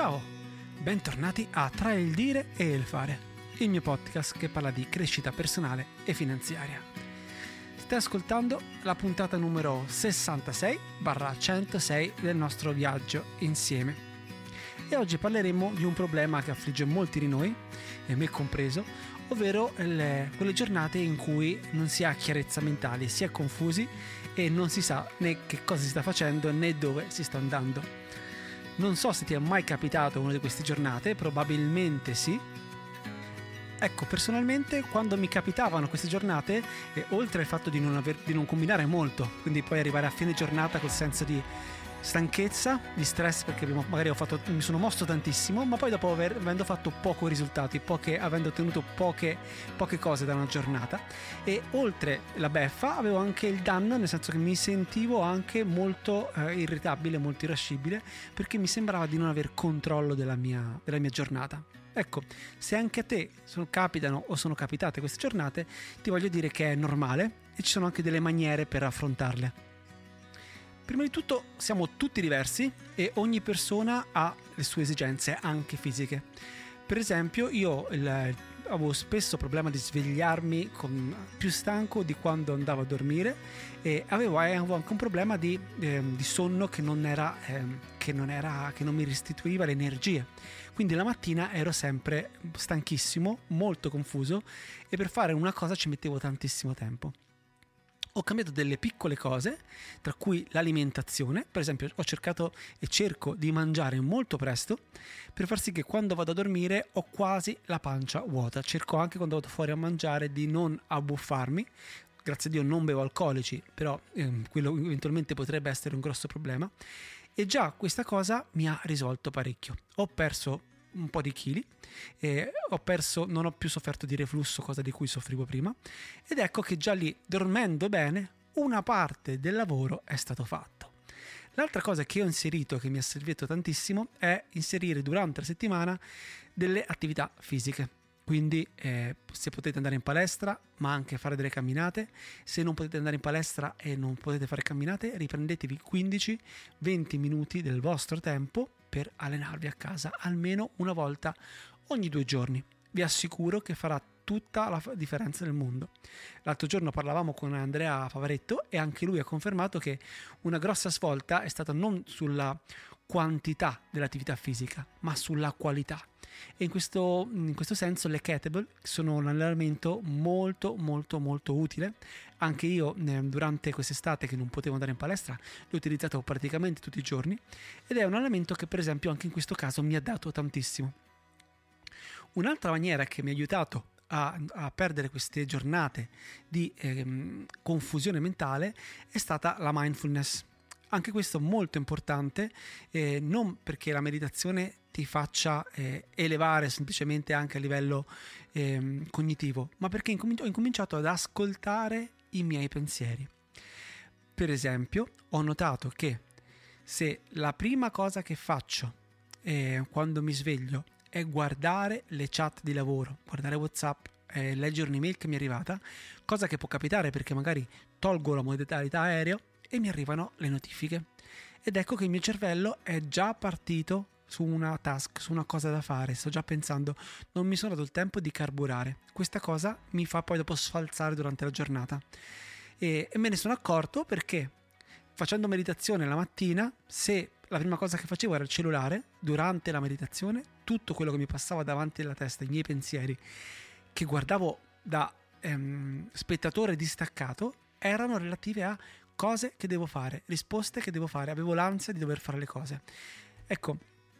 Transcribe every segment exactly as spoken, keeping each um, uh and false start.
Ciao, bentornati a Tra il dire e il fare, il mio podcast che parla di crescita personale e finanziaria. Stai ascoltando la puntata numero sessantasei centosei del nostro viaggio insieme. E oggi parleremo di un problema che affligge molti di noi, e me compreso, ovvero le, quelle giornate in cui non si ha chiarezza mentale, si è confusi e non si sa né che cosa si sta facendo né dove si sta andando. Non so se ti è mai capitato una di queste giornate, probabilmente sì. Ecco, personalmente quando mi capitavano queste giornate, eh, oltre al fatto di non, aver, di non combinare molto, quindi poi arrivare a fine giornata col senso di stanchezza, di stress, perché magari ho fatto, mi sono mosso tantissimo, ma poi dopo aver, avendo fatto poco risultati, poche, avendo ottenuto poche, poche cose da una giornata, e oltre la beffa avevo anche il danno, nel senso che mi sentivo anche molto eh, irritabile, molto irascibile, perché mi sembrava di non aver controllo della mia, della mia giornata. Ecco, se anche a te sono, capitano o sono capitate queste giornate, ti voglio dire che è normale e ci sono anche delle maniere per affrontarle. Prima di tutto siamo tutti diversi e ogni persona ha le sue esigenze anche fisiche. Per esempio io il, avevo spesso problema di svegliarmi con, più stanco di quando andavo a dormire e avevo, avevo anche un problema di, eh, di sonno che non, era, eh, che, non era, che non mi restituiva le energie. Quindi la mattina ero sempre stanchissimo, molto confuso e per fare una cosa ci mettevo tantissimo tempo. Ho cambiato delle piccole cose, tra cui l'alimentazione. Per esempio ho cercato e cerco di mangiare molto presto per far sì che quando vado a dormire ho quasi la pancia vuota. Cerco anche quando vado fuori a mangiare di non abbuffarmi. Grazie a Dio non bevo alcolici, però ehm, quello eventualmente potrebbe essere un grosso problema. E già questa cosa mi ha risolto parecchio. Ho perso un po' di chili, eh, ho perso, non ho più sofferto di reflusso, cosa di cui soffrivo prima, ed ecco che già lì, dormendo bene, una parte del lavoro è stato fatto. L'altra cosa che ho inserito, che mi è servito tantissimo, è inserire durante la settimana delle attività fisiche. Quindi eh, se potete andare in palestra, ma anche fare delle camminate. Se non potete andare in palestra e non potete fare camminate, riprendetevi quindici venti minuti del vostro tempo per allenarvi a casa almeno una volta ogni due giorni. Vi assicuro che farà tutta la differenza del mondo. L'altro giorno parlavamo con Andrea Favaretto e anche lui ha confermato che una grossa svolta è stata non sulla quantità dell'attività fisica, ma sulla qualità. E in questo, in questo senso le kettlebell sono un allenamento molto molto molto utile. Anche io eh, durante quest'estate che non potevo andare in palestra l'ho utilizzato praticamente tutti i giorni ed è un allenamento che per esempio anche in questo caso mi ha dato tantissimo. Un'altra maniera che mi ha aiutato a, a perdere queste giornate di ehm, confusione mentale è stata la mindfulness. Anche questo molto importante, eh, non perché la meditazione ti faccia eh, elevare semplicemente anche a livello eh, cognitivo, ma perché ho incominciato ad ascoltare i miei pensieri. Per esempio, ho notato che se la prima cosa che faccio eh, quando mi sveglio è guardare le chat di lavoro, guardare WhatsApp, eh, leggere un'email che mi è arrivata, cosa che può capitare perché magari tolgo la modalità aereo e mi arrivano le notifiche. Ed ecco che il mio cervello è già partito su una task, su una cosa da fare, sto già pensando, non mi sono dato il tempo di carburare. Questa cosa mi fa poi dopo sfalzare durante la giornata. E, e me ne sono accorto perché facendo meditazione la mattina, se la prima cosa che facevo era il cellulare, durante la meditazione, tutto quello che mi passava davanti alla testa, i miei pensieri, che guardavo da ehm, spettatore distaccato, erano relative a cose che devo fare, risposte che devo fare, avevo l'ansia di dover fare le cose. Ecco,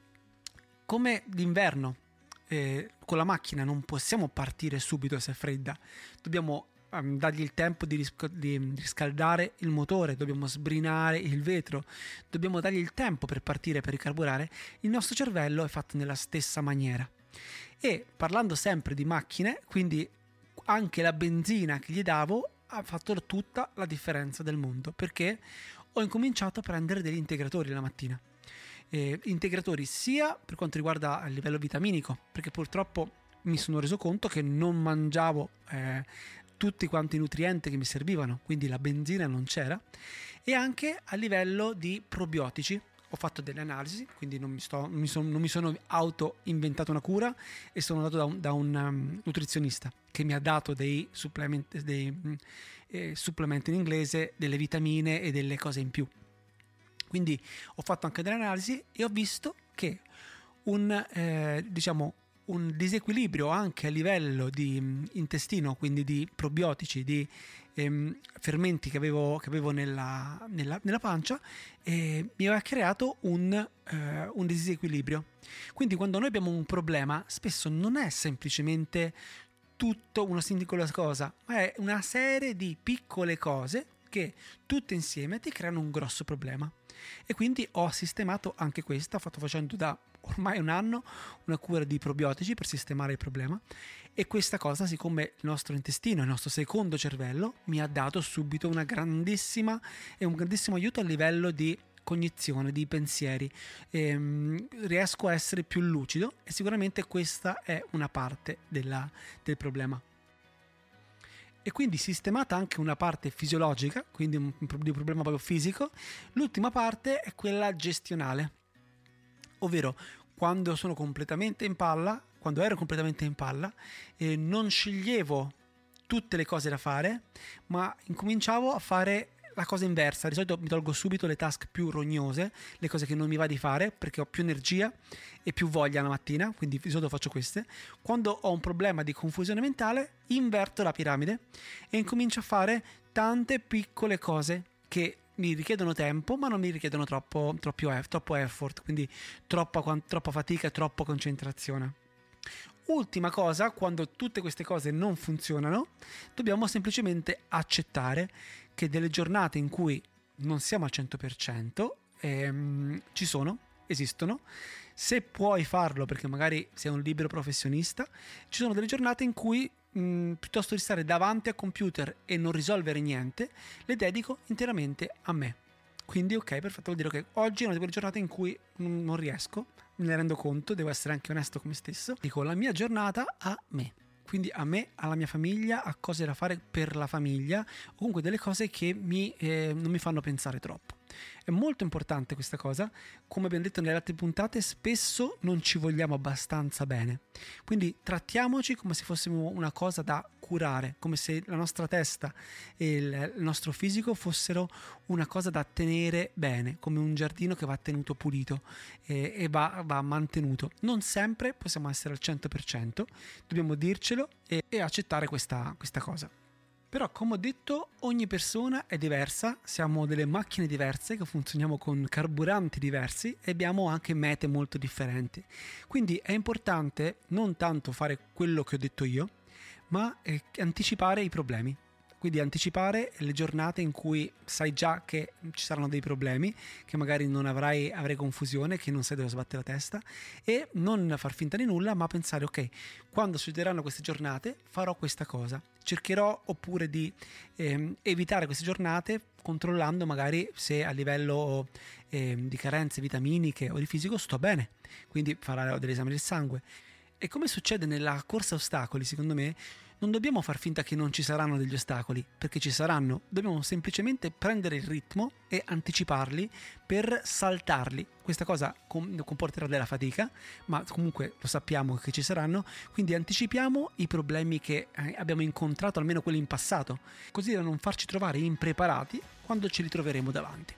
come d'inverno eh, con la macchina non possiamo partire subito se è fredda, dobbiamo um, dargli il tempo di, ris- di riscaldare il motore, dobbiamo sbrinare il vetro, dobbiamo dargli il tempo per partire, per ricarburare. Il nostro cervello è fatto nella stessa maniera. E parlando sempre di macchine, quindi anche la benzina che gli davo ha fatto tutta la differenza del mondo, perché ho incominciato a prendere degli integratori la mattina. Eh, integratori sia per quanto riguarda il livello vitaminico, perché purtroppo mi sono reso conto che non mangiavo eh, tutti quanti i nutrienti che mi servivano, quindi la benzina non c'era, e anche a livello di probiotici ho fatto delle analisi, quindi non mi, sto, non mi, son, non mi sono auto inventato una cura e sono andato da un, da un um, nutrizionista che mi ha dato dei supplementi, dei, eh, supplementi in inglese, delle vitamine e delle cose in più. Quindi ho fatto anche delle analisi e ho visto che un, eh, diciamo, un disequilibrio anche a livello di mh, intestino, quindi di probiotici, di ehm, fermenti che avevo, che avevo nella, nella, nella pancia, eh, mi aveva creato un, eh, un disequilibrio. Quindi quando noi abbiamo un problema, spesso non è semplicemente tutto una singola cosa, ma è una serie di piccole cose che tutte insieme ti creano un grosso problema. E quindi ho sistemato anche questa, sto facendo da ormai un anno una cura di probiotici per sistemare il problema, e questa cosa, siccome il nostro intestino, il nostro secondo cervello, mi ha dato subito una grandissima e un grandissimo aiuto a livello di cognizione, di pensieri, ehm, riesco a essere più lucido, e sicuramente questa è una parte della, del problema. E quindi sistemata anche una parte fisiologica, quindi un, un problema proprio fisico, l'ultima parte è quella gestionale, ovvero quando sono completamente in palla, quando ero completamente in palla, eh, non sceglievo tutte le cose da fare, ma incominciavo a fare la cosa inversa. Di solito mi tolgo subito le task più rognose, le cose che non mi va di fare perché ho più energia e più voglia la mattina, quindi di solito faccio queste. Quando ho un problema di confusione mentale, inverto la piramide e incomincio a fare tante piccole cose che mi richiedono tempo, ma non mi richiedono troppo, troppo, troppo effort, quindi troppa, troppa fatica e troppa concentrazione. Ultima cosa, quando tutte queste cose non funzionano, dobbiamo semplicemente accettare che delle giornate in cui non siamo al cento per cento ehm, ci sono, esistono. Se puoi farlo, perché magari sei un libero professionista, ci sono delle giornate in cui mh, piuttosto di stare davanti al computer e non risolvere niente, le dedico interamente a me. Quindi ok, perfetto, vuol dire che oggi è una di quelle giornate in cui non riesco, me ne rendo conto, devo essere anche onesto con me stesso, dico la mia giornata a me. Quindi a me, alla mia famiglia, a cose da fare per la famiglia, o comunque delle cose che mi, eh, non mi fanno pensare troppo. È molto importante questa cosa, come abbiamo detto nelle altre puntate, spesso non ci vogliamo abbastanza bene. Quindi trattiamoci come se fossimo una cosa da curare, come se la nostra testa e il nostro fisico fossero una cosa da tenere bene, come un giardino che va tenuto pulito eh, e va, va mantenuto. Non sempre possiamo essere al cento per cento, dobbiamo dircelo e, e accettare questa, questa cosa. Però, come ho detto, ogni persona è diversa, siamo delle macchine diverse che funzioniamo con carburanti diversi e abbiamo anche mete molto differenti. Quindi è importante non tanto fare quello che ho detto io, ma eh, anticipare i problemi. Quindi anticipare le giornate in cui sai già che ci saranno dei problemi, che magari non avrai, avrai confusione, che non sai dove sbattere la testa, e non far finta di nulla, ma pensare ok, quando succederanno queste giornate farò questa cosa. Cercherò oppure di ehm, evitare queste giornate controllando magari se a livello eh, di carenze vitaminiche o di fisico sto bene, quindi farò degli esami del sangue. E come succede nella corsa a ostacoli, secondo me, non dobbiamo far finta che non ci saranno degli ostacoli, perché ci saranno, dobbiamo semplicemente prendere il ritmo e anticiparli per saltarli. Questa cosa com- comporterà della fatica, ma comunque lo sappiamo che ci saranno, quindi anticipiamo i problemi che eh, abbiamo incontrato, almeno quelli in passato, così da non farci trovare impreparati quando ci ritroveremo davanti.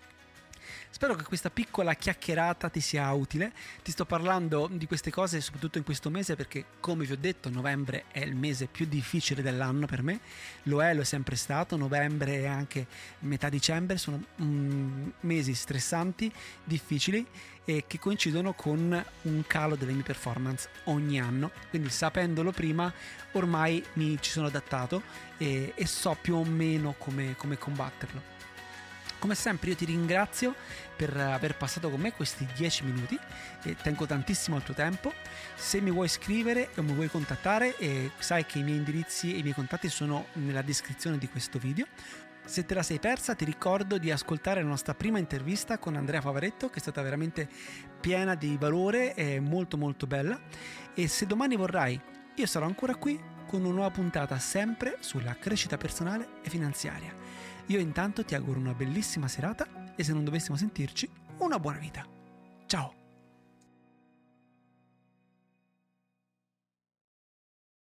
Spero che questa piccola chiacchierata ti sia utile. Ti sto parlando di queste cose soprattutto in questo mese perché, come vi ho detto, novembre è il mese più difficile dell'anno per me. Lo è, lo è sempre stato. Novembre e anche metà dicembre sono mm, mesi stressanti, difficili e che coincidono con un calo delle mie performance ogni anno. Quindi, sapendolo prima, ormai mi ci sono adattato e, e so più o meno come, come combatterlo. Come sempre io ti ringrazio per aver passato con me questi dieci minuti e tengo tantissimo al tuo tempo. Se mi vuoi scrivere o mi vuoi contattare, eh, sai che i miei indirizzi e i miei contatti sono nella descrizione di questo video. Se te la sei persa, ti ricordo di ascoltare la nostra prima intervista con Andrea Favaretto, che è stata veramente piena di valore e molto molto bella. E se domani vorrai, io sarò ancora qui con una nuova puntata sempre sulla crescita personale e finanziaria. Io intanto ti auguro una bellissima serata e se non dovessimo sentirci, una buona vita. Ciao!